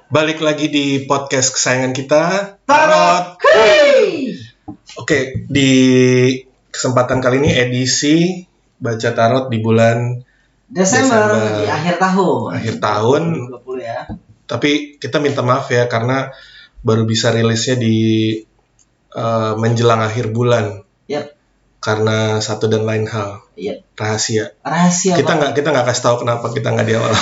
Balik lagi di podcast kesayangan kita, Tarot. Oke, di kesempatan kali ini edisi baca tarot di bulan Desember di akhir tahun 2020 ya. Tapi kita minta maaf ya karena baru bisa rilisnya di menjelang akhir bulan. Yap. Karena satu dan lain hal. Yap. Rahasia. Banget. Kita nggak kasih tahu kenapa kita nggak di awal.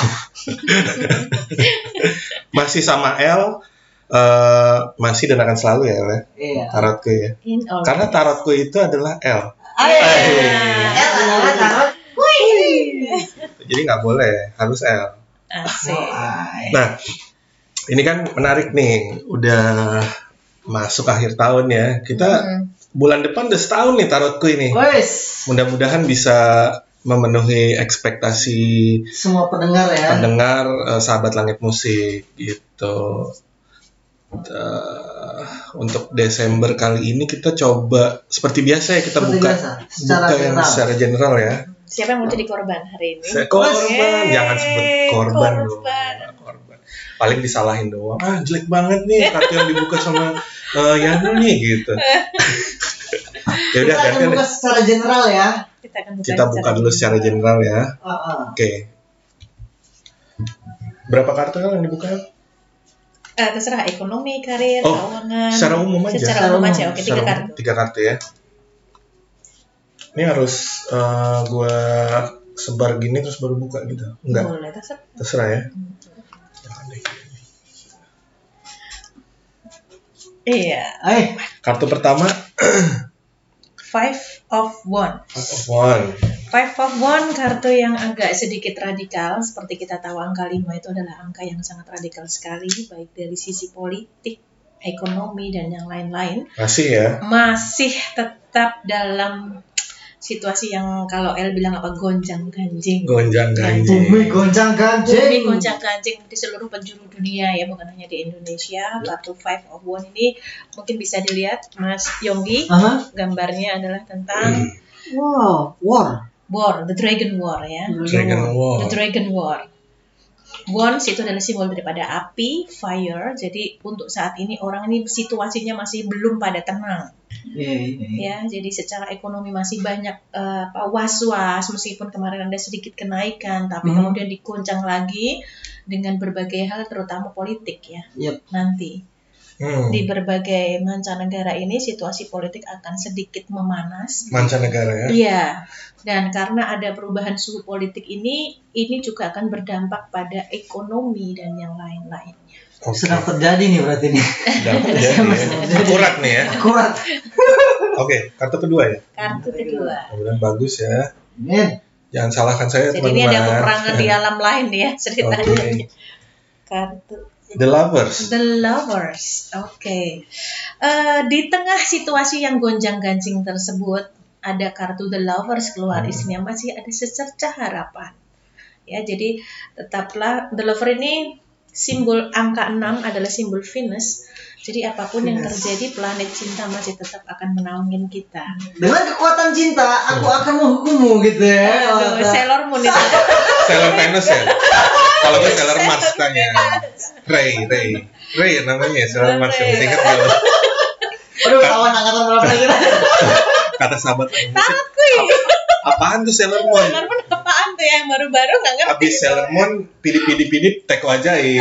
Masih sama El, masih dan akan selalu ya El ya. Iya. Tarotku ya. Karena tarotku itu adalah El. El adalah tarot. Jadi nggak boleh, harus El. Asik. Nah, ini kan menarik nih, udah masuk akhir tahun ya. Kita bulan depan udah setahun nih tarotku ini. Wes. Mudah-mudahan bisa memenuhi ekspektasi Semua pendengar ya. Sahabat Langit Musik gitu. Untuk Desember kali ini kita coba seperti biasa ya, kita Seperti buka biasa, secara general ya. Siapa yang mau jadi korban hari ini? Korban, jangan sebut korban dong. Korban. Paling disalahin doang. Jelek banget nih kartu yang dibuka sama Yana nih gitu. Ya udah, kita akan buka secara general ya. Kita buka dulu secara general ya. Oke. Berapa kartu yang dibuka? Terserah, ekonomi, karir, keuangan. Secara umum aja. Secara umum aja. Oke, 3 kartu. 3 kartu ya. Ini harus gue sebar gini terus baru buka gitu. Enggak. Boleh, Terserah ya. Jangan deh. Iya. Kartu pertama. Five of Wands. Five of Wands, kartu yang agak sedikit radikal. Seperti kita tahu angka 5 itu adalah angka yang sangat radikal sekali, baik dari sisi politik, ekonomi, dan yang lain-lain. Masih tetap dalam situasi yang kalau El bilang apa, gonjang-ganjing. Bumi gonjang-ganjing di seluruh penjuru dunia ya, bukan hanya di Indonesia. Kartu Five of Wands ini mungkin bisa dilihat Mas Yonggi. Gambarnya adalah tentang War, the Dragon War ya. The Dragon War. Wands itu adalah simbol daripada api, fire. Jadi untuk saat ini orang ini situasinya masih belum pada tenang. Ya, jadi secara ekonomi masih banyak was-was, meskipun kemarin ada sedikit kenaikan, tapi kemudian diguncang lagi dengan berbagai hal, terutama politik ya. Nanti di berbagai mancanegara ini situasi politik akan sedikit memanas. Mancanegara ya? Iya. Dan karena ada perubahan suhu politik ini juga akan berdampak pada ekonomi dan yang lain-lainnya. Sedang terjadi nih berarti nih. Akurat nih ya. Akurat. Oke, kartu kedua ya. Kartu kedua. Kemudian bagus ya. Jangan salahkan saya, jadi teman-teman. Jadi ini ada peperangan di alam lain ya ceritanya. Kartu The Lovers. Oke. Di tengah situasi yang gonjang-ganjing tersebut, ada kartu The Lovers keluar, isinya masih ada secercah harapan. Ya, jadi tetaplah The Lover ini simbol angka 6 adalah simbol Venus. Jadi apapun yang terjadi, planet cinta masih tetap akan menaungin kita. Dengan kekuatan cinta, aku akan menghukummu gitu ya. Sailor Moon itu. Sailor Venus ya. Kalau gue Sailor Mars tanya. Ray namanya Sailor Mars. Masih ingat belum? Aduh, kawan angkatan berapa kita? Kata sahabat musik. Tarotku. Apaan tuh Sailor Moon? Sailor Moon apaan tuh yang baru-baru nggak ngerti. Abis Sailor Moon, pidip teko ajaib.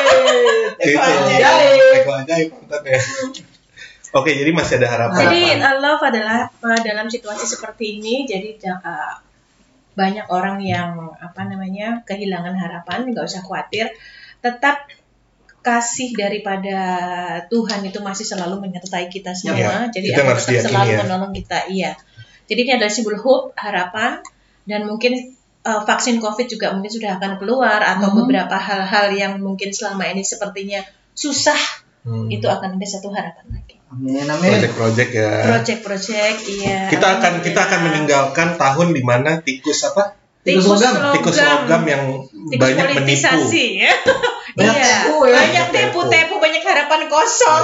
Teko ajaib ya. Oke, jadi masih ada harapan. Jadi love adalah dalam situasi seperti ini, jadi banyak orang yang kehilangan harapan, nggak usah khawatir. Tetap kasih daripada Tuhan itu masih selalu menyertai kita semua. Jadi akan tetap selalu menolong kita. Iya. Jadi ini adalah simbol hope, harapan, dan mungkin vaksin COVID juga mungkin sudah akan keluar, atau beberapa hal-hal yang mungkin selama ini sepertinya susah, itu akan ada satu harapan lagi. Amin. Project ya. Project, iya. Kita akan meninggalkan tahun di mana tikus logam yang banyak menipu. Ya. Banyak tipu-tipu, banyak harapan kosong.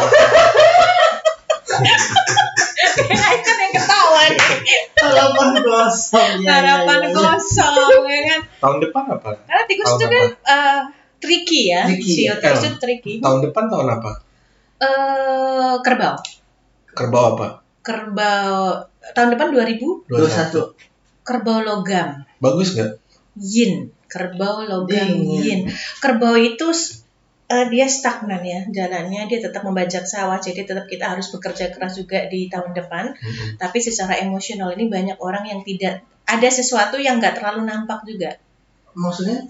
Kan yang ketahuan. Harapan kosong. Harapan kosong, ya kan. Tahun depan apa? Karena tikus itu kan tricky ya. Sio Taurus itu tricky. Tahun depan tahun apa? Kerbau. Kerbau apa? Kerbau tahun depan 2021. Kerbau logam. Bagus nggak? Yin. Kerbau logam yin. Kerbau itu dia stagnan ya jalannya, dia tetap membajak sawah, jadi tetap kita harus bekerja keras juga di tahun depan. Tapi secara emosional ini banyak orang yang tidak ada sesuatu yang nggak terlalu nampak juga. Maksudnya?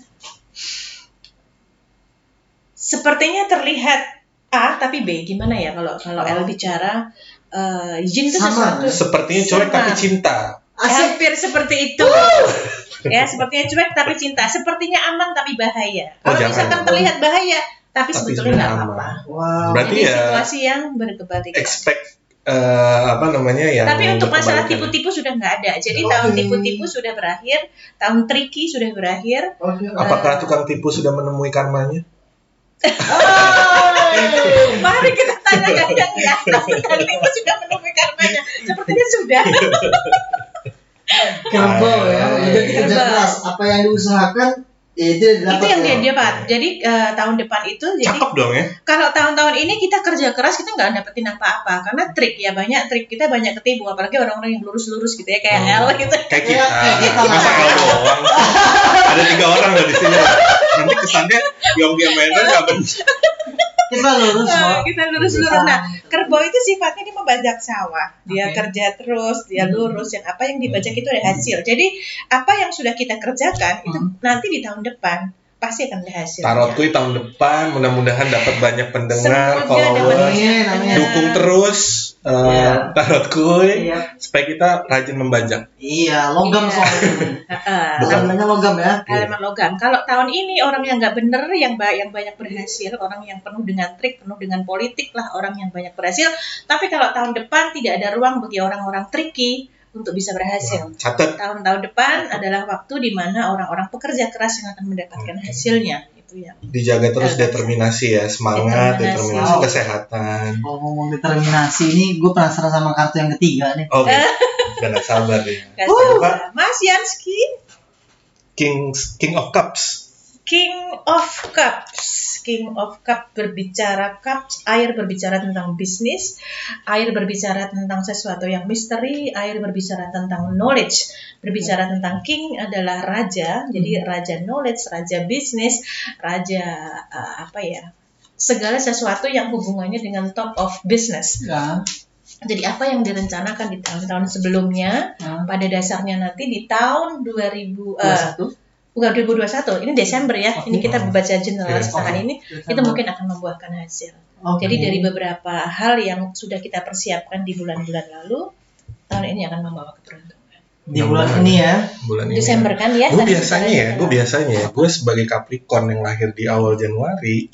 Sepertinya terlihat A tapi B, gimana ya kalau L bicara yin itu sesuatu. Sepertinya cuek tapi cinta. Hampir seperti itu. Ya, sepertinya cuek tapi cinta. Sepertinya aman tapi bahaya. Kalau misalkan terlihat bahaya tapi sebetulnya nggak apa-apa. Wow. Berarti jadi ya situasi yang berkebalikan. Expect yang tapi untuk masalah tipu-tipu sudah nggak ada. Jadi tahun tipu-tipu sudah berakhir, tahun tricky sudah berakhir. Apakah tukang tipu sudah menemui karmanya? Mari kita tanya yang di atas. Tukang tipu sudah menemui karmanya. Sepertinya sudah. Kerbau ya, udah kerja keras. Apa yang diusahakan itu yang dia dapat. Jadi tahun depan itu jadi cakep dong ya. Kalau tahun-tahun ini kita kerja keras kita nggak dapetin apa-apa karena trik ya, banyak trik kita banyak ketipu, apalagi orang-orang yang lurus-lurus gitu ya kayak L gitu. Kayak kita. Masa L doang. Ada 3 orang loh di sini. Nanti kesannya Yonggi Mahendra nggak benar. Kita lurus. Nah, kerbau itu sifatnya dia membajak sawah. Dia kerja terus, dia lurus, dan apa yang dibajak itu ada hasil. Jadi apa yang sudah kita kerjakan itu nanti di tahun depan pasti akan ada hasil. Tarot Kuy tahun depan mudah-mudahan dapat banyak pendengar, followers, dukung terus Tarot Kuy supaya kita rajin membajak. Iya, logam soalnya. Bukan logam ya. Elemen logam. Kalau tahun ini orang yang nggak bener, yang banyak berhasil, orang yang penuh dengan trik, penuh dengan politik lah, orang yang banyak berhasil. Tapi kalau tahun depan tidak ada ruang bagi orang-orang tricky untuk bisa berhasil. Catat. Tahun depan adalah waktu di mana orang-orang pekerja keras yang akan mendapatkan hasilnya. Itu yang dijaga terus determinasi ya, semangat, determinasi, kesehatan. Ngomong determinasi ini, gue penasaran sama kartu yang ketiga nih. Oke, udah gak sabar deh. Mas Yansky. King of Cups. King of Cup berbicara cups, air berbicara tentang bisnis, air berbicara tentang sesuatu yang misteri, air berbicara tentang knowledge, berbicara tentang king adalah raja, jadi raja knowledge, raja bisnis, raja segala sesuatu yang hubungannya dengan top of business. Ya. Jadi apa yang direncanakan di tahun-tahun sebelumnya, pada dasarnya nanti di tahun 2021. Bukan 2021, ini Desember ya. Ini kita membaca general sekarang ini, itu mungkin akan membuahkan hasil. Jadi dari beberapa hal yang sudah kita persiapkan di bulan-bulan lalu, tahun ini akan membawa keberuntungan. Di bulan ini ya? Desember kan ya? Gue biasanya ya, gue sebagai Capricorn yang lahir di awal Januari,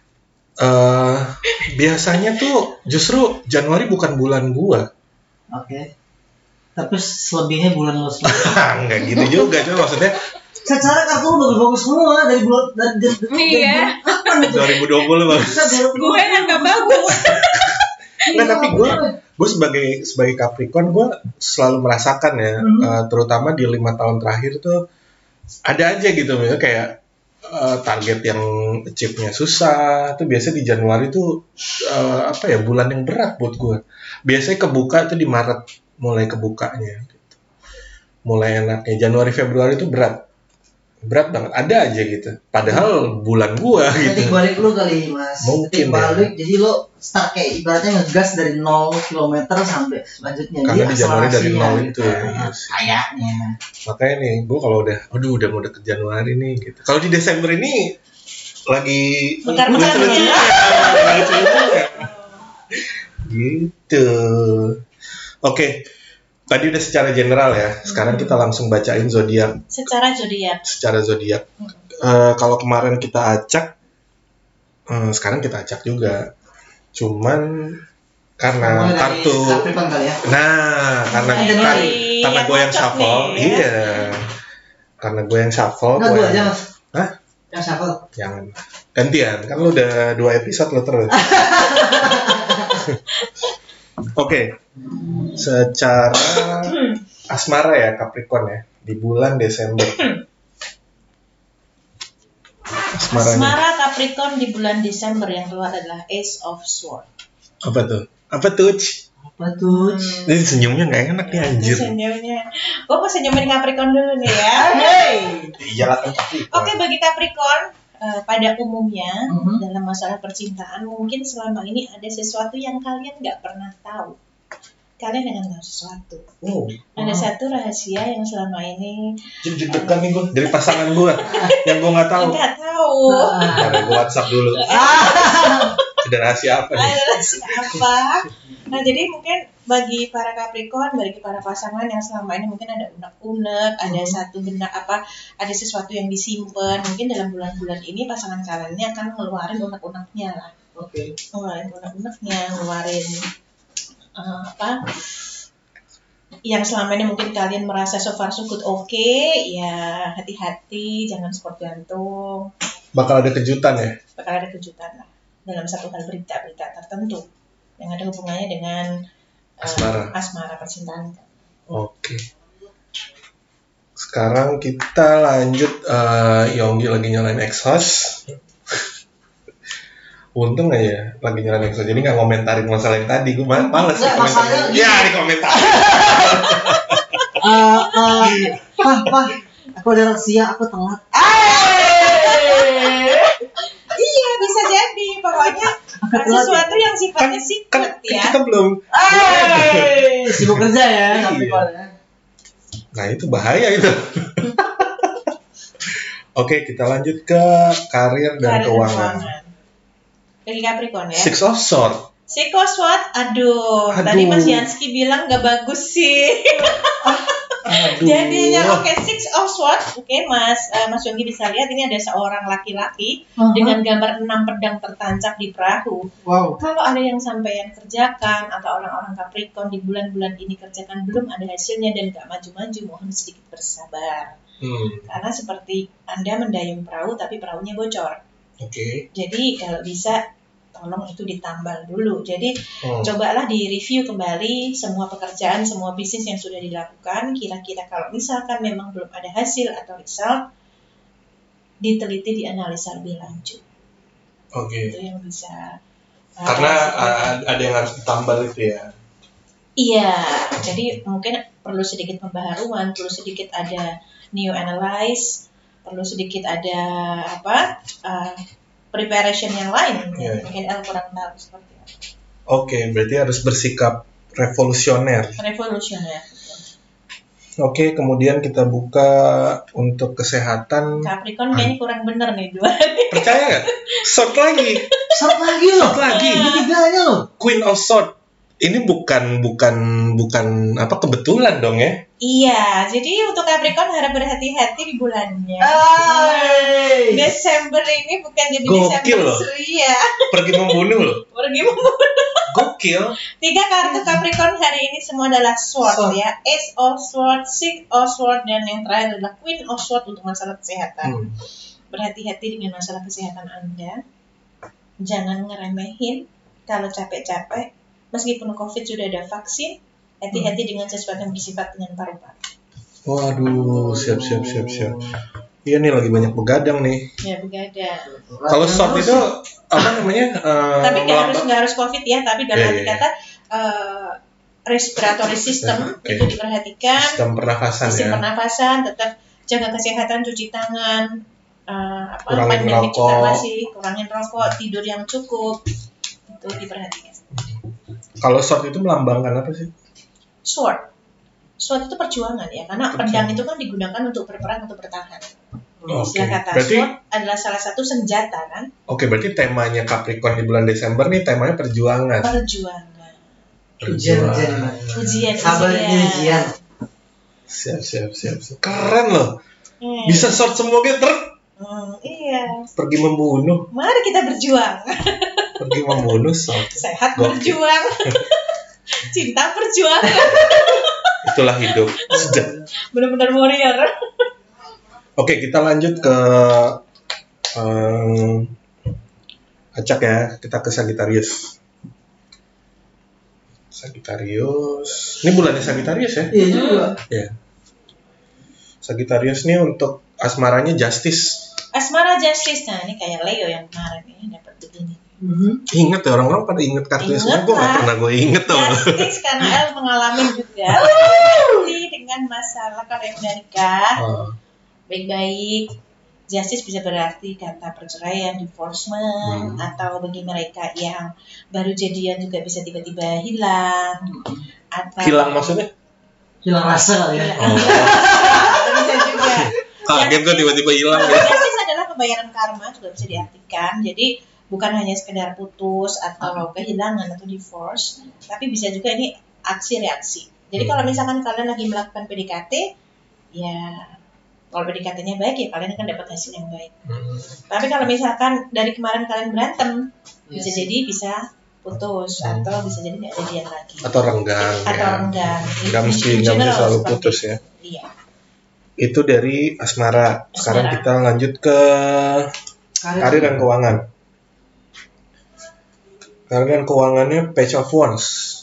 biasanya tuh justru Januari bukan bulan gue. Oke. Tapi selebihnya bulan lo semua. Enggak gitu juga, cuma maksudnya secara kartu udah bagus semua dari bulan iya. 2020 bagus. Gue yang nggak bagus. Nah tapi gue sebagai Capricorn gue selalu merasakan ya, terutama di 5 tahun terakhir tuh ada aja gitu, misalnya kayak target yang achieve-nya susah tuh biasanya di Januari tuh bulan yang berat buat gue. Biasanya kebuka tuh di Maret mulai kebukanya, gitu. Mulai enaknya. Januari Februari tuh berat banget, ada aja gitu. Padahal bulan gua gitu. Ketik balik lu kali Mas. Mungkin balik, jadi lo start kayak ibaratnya ngegas dari 0 km sampai selanjutnya. Karena di Januari dari 0 itu ya. Kayaknya. Makanya nih, gua kalau udah mau deket Januari nih gitu. Kalau di Desember ini lagi gitu. Oke. Tadi udah secara general ya. Sekarang kita langsung bacain zodiak. Secara zodiak. Kalau kemarin kita acak, sekarang kita acak juga. Cuman karena kartu. Nah, karena gue yang shuffle. Iya. Karena gue yang shuffle. Enggak, gue aja Mas. Hah? Yang shuffle. Jangan. Gantian. Kan lu udah 2 episode lo terus. Oke, secara asmara ya Capricorn ya di bulan Desember. asmaranya. Asmara Capricorn di bulan Desember yang keluar adalah Ace of Swords. Apa tuh? Apa tuh? Apa tuh? Ini senyumnya nggak enak nih anjir. Senyumnya. Gue mau senyumin Capricorn dulu nih ya. Iya kan Capricorn. Oke, bagi Capricorn pada umumnya dalam masalah percintaan mungkin selama ini ada sesuatu yang kalian nggak pernah tahu. Kalian dengan tahu sesuatu. Ada satu rahasia yang selama ini Jadi deg-degan nih gue dari pasangan gue yang gue nggak tahu. nggak tahu. Karena gue WhatsApp dulu. Ada rahasia apa nih? Ada rahasia apa? Nah, jadi mungkin bagi para Capricorn, bagi para pasangan yang selama ini mungkin ada unek-unek, ada satu benda apa, ada sesuatu yang disimpan. Mungkin dalam bulan-bulan ini pasangan kalian ini akan ngeluarin unek-uneknya lah. Oke. Ngeluarin unek-uneknya, ngeluarin apa yang selama ini mungkin kalian merasa so far so good ya hati-hati, jangan sport jantung. Bakal ada kejutan ya? Bakal ada kejutan lah dalam satu hal berita-berita tertentu yang ada hubungannya dengan asmara percintaan. Oke. Sekarang kita lanjut. Yonggi lagi nyalain exhaust. Untung aja lagi nyalain exhaust, jadi nggak ngomentarin masalah yang tadi. Gue males masalahnya ya dikomentarin. Pah, aku ada rahasia, aku telat. Iya, bisa jadi. Pokoknya sesuatu yang sifatnya secret ya. Kita belum. Sibuk kerja ya, Capricorn ya. Nah itu bahaya itu. Oke, kita lanjut ke karir dan keuangan. Bagi Capricorn ya. Six of Swords. Six of Swords, aduh. Tadi Mas Yansky bilang gak bagus sih. Jadinya oke, Six of Swords. Oke, Mas Yonggi bisa lihat ini ada seorang laki-laki dengan gambar 6 pedang tertancap di perahu. Wow. Kalau ada yang sampean kerjakan atau orang-orang Capricorn di bulan-bulan ini kerjakan belum ada hasilnya dan gak maju-maju, mohon sedikit bersabar. Karena seperti Anda mendayung perahu tapi perahunya bocor. Oke. Jadi kalau bisa tolong itu ditambal dulu. Jadi cobalah di-review kembali semua pekerjaan, semua bisnis yang sudah dilakukan. Kira-kira kalau misalkan memang belum ada hasil atau result, diteliti, dianalisa lebih lanjut. Oke. Itu yang bisa. Karena ada yang harus ditambal itu ya. Iya, jadi mungkin perlu sedikit pembaharuan, perlu sedikit ada new analyze, perlu sedikit ada preparation yang lain. Mungkin El kurang tahu seperti apa. Oke, berarti harus bersikap revolusioner. Oke, kemudian kita buka untuk kesehatan. Capricorn kayaknya kurang bener nih dua. Percaya nggak? Short lagi loh. Ini tiganya loh. Queen of Swords. Ini bukan apa kebetulan dong ya? Iya, jadi untuk Capricorn harap berhati-hati di bulannya. Desember ini bukan jadi Gokil Desember loh. ceria. Pergi membunuh loh. Gokil. 3 kartu Capricorn hari ini semua adalah Sword ya. Ace of Sword, Six of Sword, dan yang terakhir adalah Queen of Sword untuk masalah kesehatan. Berhati-hati dengan masalah kesehatan Anda. Jangan ngeremehin kalau capek-capek. Meskipun COVID sudah ada vaksin, hati-hati dengan sesuatu yang bersifat dengan paru-paru. Waduh, siap. Iya nih lagi banyak begadang nih. Ya, begadang. Kalau short itu apa namanya? Tapi nggak harus COVID ya, tapi dalam arti kata respiratory system itu diperhatikan. Sistem pernafasan tetap jaga kesehatan, cuci tangan, kurangin rokok, tidur yang cukup, itu diperhatikan. Kalau sword itu melambangkan apa sih? Sword itu perjuangan ya, karena pedang itu kan digunakan untuk berperang, untuk bertahan. Istilah kata sword adalah salah satu senjata kan. Oke, berarti temanya Capricorn di bulan Desember nih temanya perjuangan. Ujian. Siap. Keren loh. Bisa sword semua gitu. Iya. Pergi membunuh. Mari kita berjuang. Pergi membunuh sword. Sehat berjuang. Cinta perjuangan. Itulah hidup. Benar-benar warrior. Oke, kita lanjut ke acak ya. Kita ke Sagittarius. Ini bulannya Sagittarius ya? Iya juga. Ya. Sagittarius nih untuk asmaranya Justice. Asmara Justice, nah ini kayak Leo yang kemarin ini dapat begini. Ingat ya, orang-orang pada inget kartunya semua. Gue nggak pernah gue inget tuh. Justice karena El mengalami juga seperti dengan masalah kalau yang udah nikah baik-baik. Justice bisa berarti kata perceraian, divorcement, atau bagi mereka yang baru jadian juga bisa tiba-tiba hilang. Atau Hilang maksudnya? Hilang rasa ya. Bisa juga. Kaget gue tiba-tiba hilang ya. Justice adalah pembayaran karma, juga bisa diartikan. Jadi bukan hanya sekedar putus atau kehilangan atau divorce, tapi bisa juga ini aksi reaksi. Jadi kalau misalkan kalian lagi melakukan PDKT, ya kalau PDKT-nya baik ya kalian akan dapat hasil yang baik. Tapi kalau misalkan dari kemarin kalian berantem, bisa jadi bisa putus atau bisa jadi nggak jadian lagi. Atau renggang. Nggak mesti selalu putus ya. Iya. Itu dari asmara. Sekarang kita lanjut ke karir dan keuangan. Karir dan keuangannya Page of Wands.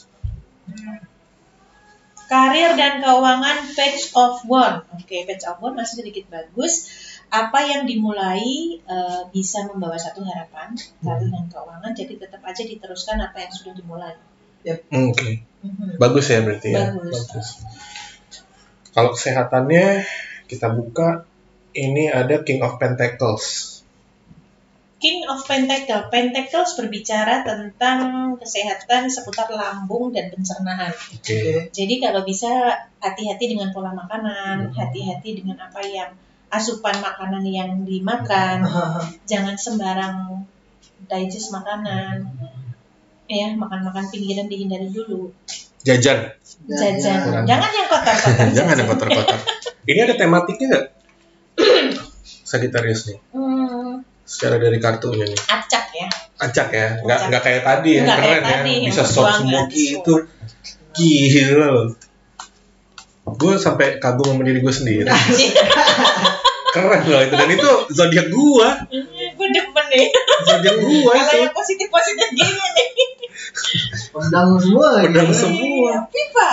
Karir dan keuangan Page of Wands. Oke, Page of Wands masih sedikit bagus. Apa yang dimulai bisa membawa satu harapan, karir dan keuangan. Jadi tetap aja diteruskan apa yang sudah dimulai. Oke. Bagus ya berarti ya. Bagus. Kalau kesehatannya kita buka, ini ada King of Pentacles. King of Pentacles. Pentacles berbicara tentang kesehatan seputar lambung dan pencernaan. Jadi kalau bisa hati-hati dengan pola makanan, hati-hati dengan apa yang asupan makanan yang dimakan. Jangan sembarang digest makanan. Ya, makan-makan pinggiran dihindari dulu. Jajan. Jangan yang kotor-kotor. Jangan yang kotor-kotor. Ini ada tematiknya nggak? Sagittarius nih. Secara dari kartunya nih. Acak ya. Nggak kayak tadi ya. Keren ya. Bisa soft smoky itu. Gila loh. Gue sampai kagum sama diri gue sendiri. Keren loh itu. Dan itu zodiak gue. Gue demen nih. Zodiak gue itu. Kalau yang positif-positif gini nih. Pedang semua. Pipa.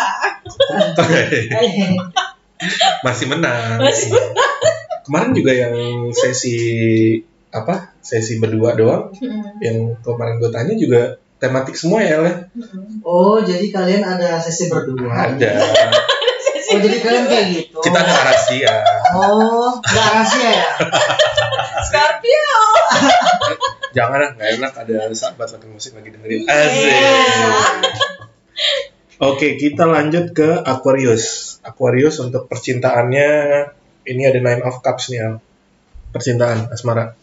Masih menang. Kemarin juga yang sesi berdua doang. Yang kemarin gue tanya juga tematik semua ya, Le. Oh, jadi kalian ada sesi berdua? Ada. Oh, jadi kalian kayak gitu? Kita nggak rahasia. Oh, nggak rahasia ya? Scorpio. Jangan lah, nggak enak ada sahabat lagi musik lagi dengerin. Asik. Oke, kita lanjut ke Aquarius. Aquarius untuk percintaannya, ini ada Nine of Cups nih, Al. Percintaan, asmara.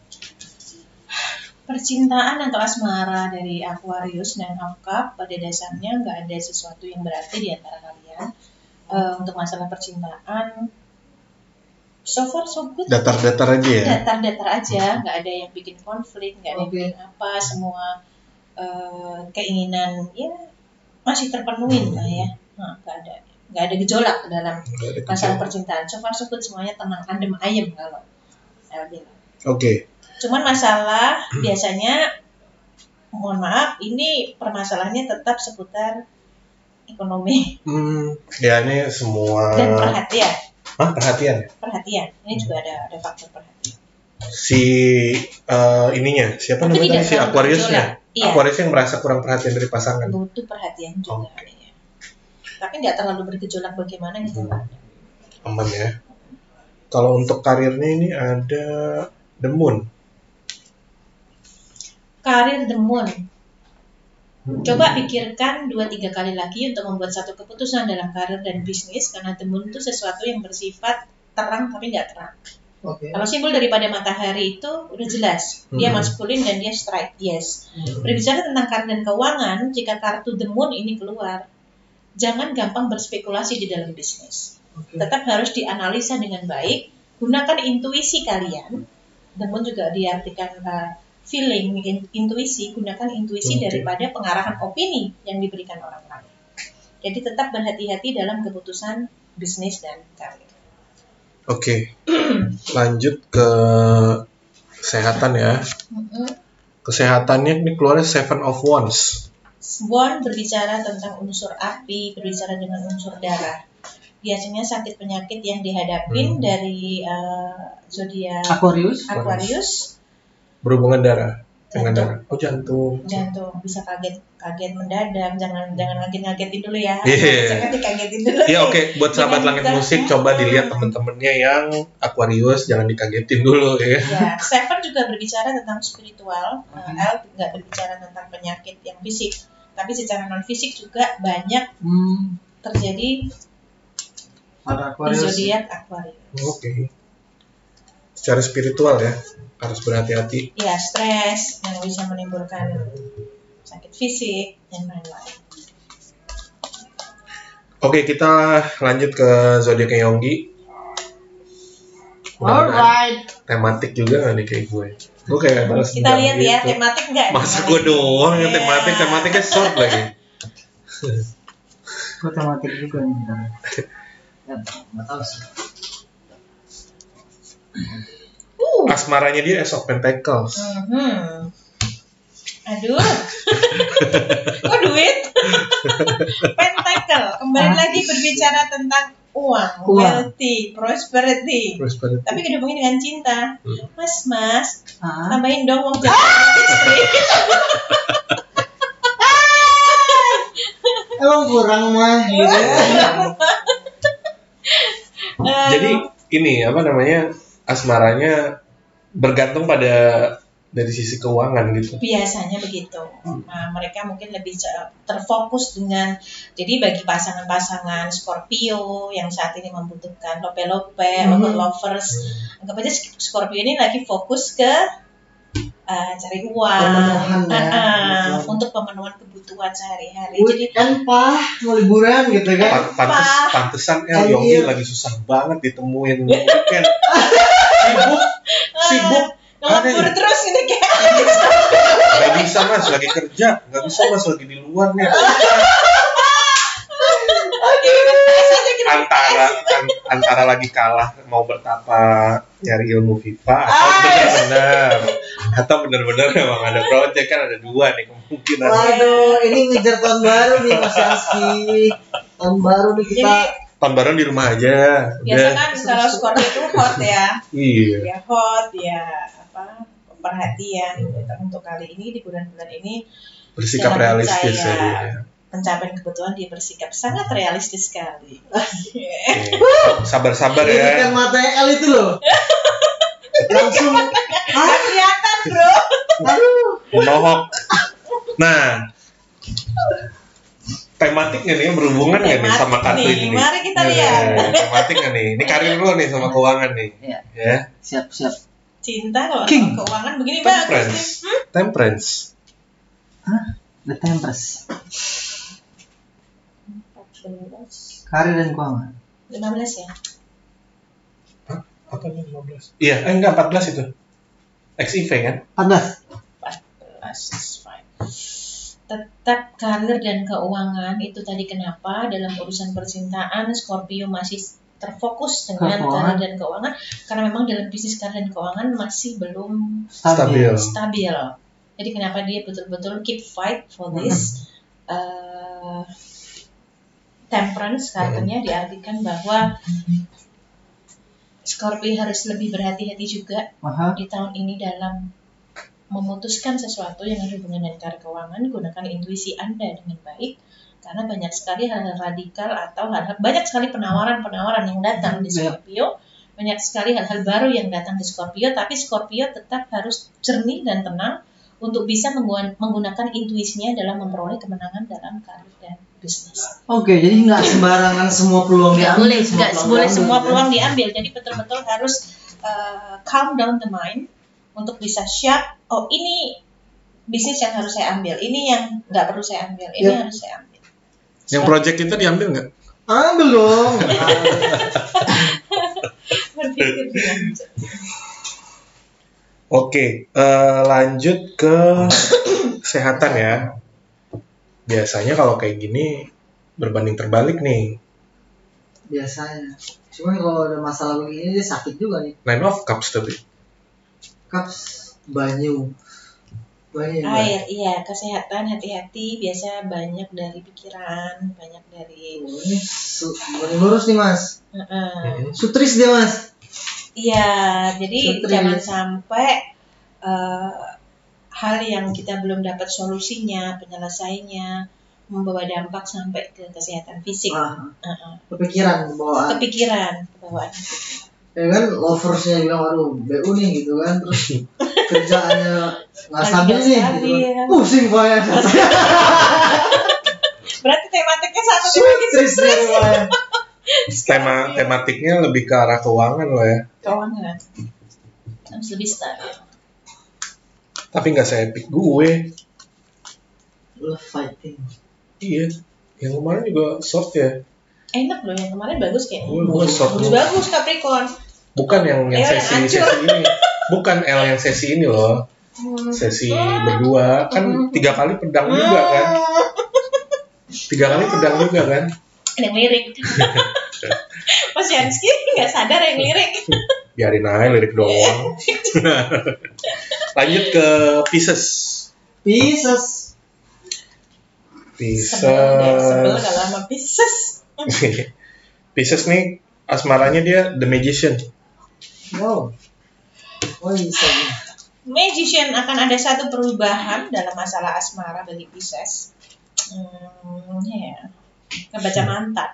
Percintaan atau asmara dari Aquarius dan of Cups pada dasarnya nggak ada sesuatu yang berarti di antara kalian. Untuk masalah percintaan, so far so good. Datar-datar aja ya? Datar-datar aja, nggak ada yang bikin konflik, nggak ada yang bikin apa, semua keinginan ya masih terpenuhi lah ya. Nggak ada gejolak dalam masalah percintaan. So far so good, semuanya tenang, adem ayem kalau saya bilang. Oke. Cuman masalah biasanya, mohon maaf, ini permasalahannya tetap seputar ekonomi. Ya ini semua. Dan perhatian. Perhatian? Perhatian. Ini juga ada faktor perhatian. Si ininya, siapa namanya tadi? Si Aquariusnya? Iya. Aquarius yang merasa kurang perhatian dari pasangan. Butuh perhatian juga. Ya. Tapi nggak terlalu bergejolak bagaimana gitu. Aman ya. Kalau untuk karirnya ini ada The Moon. Karir The Moon. Coba pikirkan 2-3 kali lagi untuk membuat satu keputusan dalam karir dan bisnis, karena The Moon itu sesuatu yang bersifat terang tapi nggak terang. Kalau simbol daripada matahari itu udah jelas, dia maskulin dan dia straight, yes. Berbicara tentang karir dan keuangan, jika kartu The Moon ini keluar, jangan gampang berspekulasi di dalam bisnis. Tetap harus dianalisa dengan baik, gunakan intuisi kalian. The Moon juga diartikan feeling, intuisi, gunakan intuisi daripada pengarahan opini yang diberikan orang lain. Jadi tetap berhati-hati dalam keputusan bisnis dan karir. Oke. Lanjut ke kesehatan ya. Kesehatannya ini keluarnya Seven of Wands. Wand berbicara tentang unsur api, berbicara dengan unsur darah. biasanya sakit penyakit yang dihadapin dari zodiak Aquarius. Berhubungan darah dengan Jantung. darah. Oh, Jantung bisa kaget mendadak, jangan ngagetin dulu ya. Iya. Jangan dikagetin dulu. Iya, oke. Buat sahabat Langit Musik, coba dilihat temen-temennya yang Aquarius, jangan dikagetin dulu ya. Ya, Seven juga berbicara tentang spiritual, L nggak berbicara tentang penyakit yang fisik, tapi secara non fisik juga banyak terjadi di zodiak Aquarius. Oke. Secara spiritual ya, harus berhati-hati. Ya, stres yang bisa menimbulkan sakit fisik dan lain-lain. Oke, kita lanjut ke zodiaknya Yonggi. Alright. Tematik juga nggak nih kayak gue? Gue kayak balas Kita lihat ya, gitu. tematik nggak? Masa gue doang yang tematiknya short lagi. Gue tematik juga nih. Ya, nggak tahu sih. Asmaranya dia Ace of Pentacles. Aduh, kok duit? Pentacle, kembali lagi berbicara tentang uang, wealthy, prosperity. Tapi dihubungi dengan cinta. Mas, tambahin dong uang jajan istri. Emang kurang mah gitu. Jadi ini apa namanya, asmaranya bergantung pada dari sisi keuangan gitu. Biasanya begitu. Nah, mereka mungkin lebih terfokus dengan, jadi bagi pasangan-pasangan Scorpio yang saat ini membutuhkan lope-lope, lovers, anggap aja Scorpio ini lagi fokus ke cari uang, untuk pemenuhan kebutuhan sehari-hari. Jadi kan mau liburan gitu kan? Pantesan Yonggi lagi susah banget ditemuin weekend. Sibuk. Ngelebur terus gitu kayak. Gak bisa mas, lagi kerja. Gak bisa mas, lagi di luar nih. Antara lagi kalah mau bertapa nyari ilmu FIFA atau benar-benar memang ada project, kan ada dua nih kemungkinan. Waduh, ini ngejar tahun baru nih Mas Aski. Tahun baru nih kita. Tahun baru di rumah aja. Biasa kan kalau Scorpio itu hot ya. Iya. Ya hot ya, perhatian. Untuk kali ini di bulan-bulan ini bersikap realistis ya. Pencapaian kebutuhan dia bersikap sangat realistis sekali. Sabar-sabar ya. Ini kan matanya L itu loh. Langsung kelihatan bro. Menohok. Nah, tematik nggak nih, berhubungan nggak nih sama Katrin nih? Mari kita lihat. Tematik nggak nih? Ini karir lo nih sama keuangan nih. Ya. Siap. Cinta kalau sama keuangan begini bagus. Temperance. Hah? The Temperance. Karir dan keuangan. 15 ya? Hah? Apa nih 15? Iya, enggak 14 itu. XIV kan? 14 is fine. Tetap karir dan keuangan itu tadi kenapa dalam urusan percintaan Scorpio masih terfokus dengan karir dan keuangan, karena memang dalam bisnis karir dan keuangan masih belum stabil. Jadi kenapa dia betul-betul keep fight for this. Temperance katanya diartikan bahwa Scorpio harus lebih berhati-hati juga di tahun ini dalam memutuskan sesuatu yang ada hubungan dengan karir keuangan. Gunakan intuisi Anda dengan baik, karena banyak sekali hal-hal radikal atau banyak sekali penawaran-penawaran yang datang di Scorpio. Banyak sekali hal-hal baru yang datang di Scorpio, tapi Scorpio tetap harus jernih dan tenang untuk bisa menggunakan intuisinya dalam memperoleh kemenangan dalam karir dan bisnis. Oke, jadi nggak sembarangan semua peluang diambil. Nggak boleh semua peluang diambil. Jadi betul-betul harus calm down the mind untuk bisa siap. Oh, ini bisnis yang harus saya ambil. Ini yang nggak perlu saya ambil. Ini harus saya ambil. Yang project itu diambil nggak? Ambil dong. Berpikir dengan Oke, lanjut ke kesehatan ya. Biasanya kalau kayak gini berbanding terbalik nih. Biasanya. Cuma kalau ada masalah begini dia sakit juga nih. 9 of Cups tapi. Cups banyu. Banyak. Air, iya, kesehatan, hati-hati. Biasa banyak dari pikiran, banyak dari Ini lurus nih Mas. Sutris dia Mas. Iya, jadi Sutris. jangan sampai hal yang kita belum dapat solusinya, penyelesaiannya, membawa dampak sampai ke kesehatan fisik. Kepikiran bawaan. Kepikiran, bawaan. Ya kan loversnya bilang aduh BU nih gitu kan, terus kerjaannya nggak stabil nih gitu kan. Pusing banget. Berarti tematiknya satu Sutris dia. Tematiknya lebih ke arah keuangan loh ya. Keuangan harus lebih stabil. Tapi nggak se-epic gue. Love fighting. Iya. Yang kemarin juga soft ya. Enak loh, yang kemarin bagus kayaknya. Bagus Capricorn. Bukan yang sesi ini. Bukan yang sesi ini loh. Sesi berdua kan 3 kali pedang juga kan. 3 kali pedang juga kan. Yang lirik. Mas Yansky nggak sadar yang lirik. Biarin aja lirik doang. Lanjut ke Pisces. Sebel kalau sama Pisces. Pisces nih asmaranya dia The Magician. Wow. Oh bisa. Magician akan ada satu perubahan dalam masalah asmara bagi Pisces. Ngebaca mantan.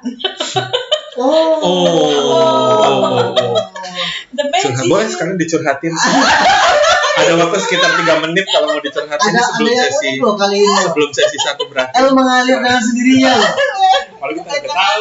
The Magician. Boleh sekarang dicurhatin. Ada waktu sekitar 3 menit kalau mau dicurhatin sebelum sesi 1 berakhir. El mengalir dengan sendirinya loh. Kalau kita nggak tahu.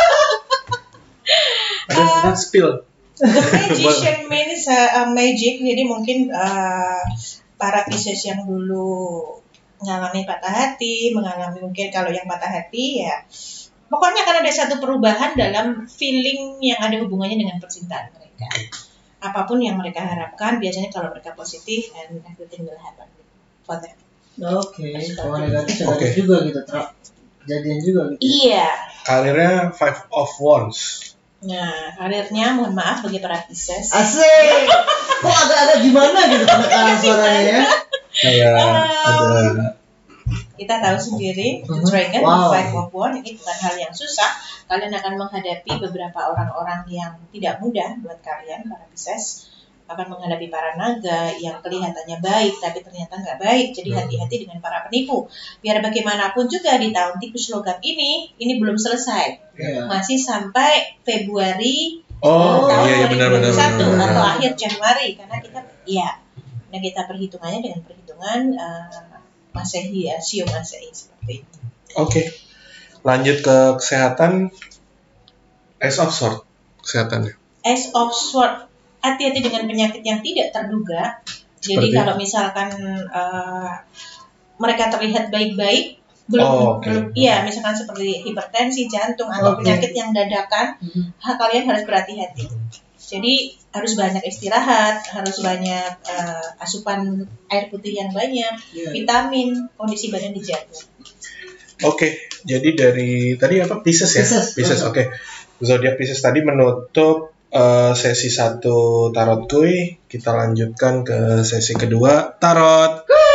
Ada spill. The Magician means magic, jadi mungkin para Pisces yang dulu mengalami patah hati, mengalami mungkin kalau yang patah hati ya, pokoknya akan ada satu perubahan dalam feeling yang ada hubungannya dengan percintaan mereka. Apapun yang mereka harapkan, biasanya kalau mereka positif and everything will happen for them. Oke. Kalau negatif juga gitu, kejadian juga gitu. Iya. Karirnya 5 of Wands. Nah, karirnya mohon maaf bagi para Pisces. Asik. Kok agak-agak gimana gitu penekanan suaranya ya? Kayak ada. Kita tahu sendiri, The Dragon, Five of Wands, ini bukan hal yang susah. Kalian akan menghadapi beberapa orang-orang yang tidak mudah buat kalian, para Pisces. Akan menghadapi para naga yang kelihatannya baik, tapi ternyata nggak baik. Jadi hati-hati dengan para penipu. Biar bagaimanapun juga di tahun tikus logam ini belum selesai. Masih sampai Februari tahun 2021 atau akhir Januari. Karena kita perhitungannya dengan perhitungan Masehi ya, Shio Masehi seperti itu. Oke. Lanjut ke kesehatan. Ace of Swords kesehatannya. Ace of Swords, hati-hati dengan penyakit yang tidak terduga. Jadi kalau misalkan mereka terlihat baik-baik, belum, misalkan seperti hipertensi, jantung atau penyakit yang dadakan, kalian harus berhati-hati. Jadi harus banyak istirahat, harus banyak asupan air putih yang banyak, vitamin, kondisi badan dijaga. Oke, jadi dari tadi apa Pisces ya? Pisces. Oke. Zodiak Pisces tadi menutup sesi 1 tarot kuy. Kita lanjutkan ke sesi kedua tarot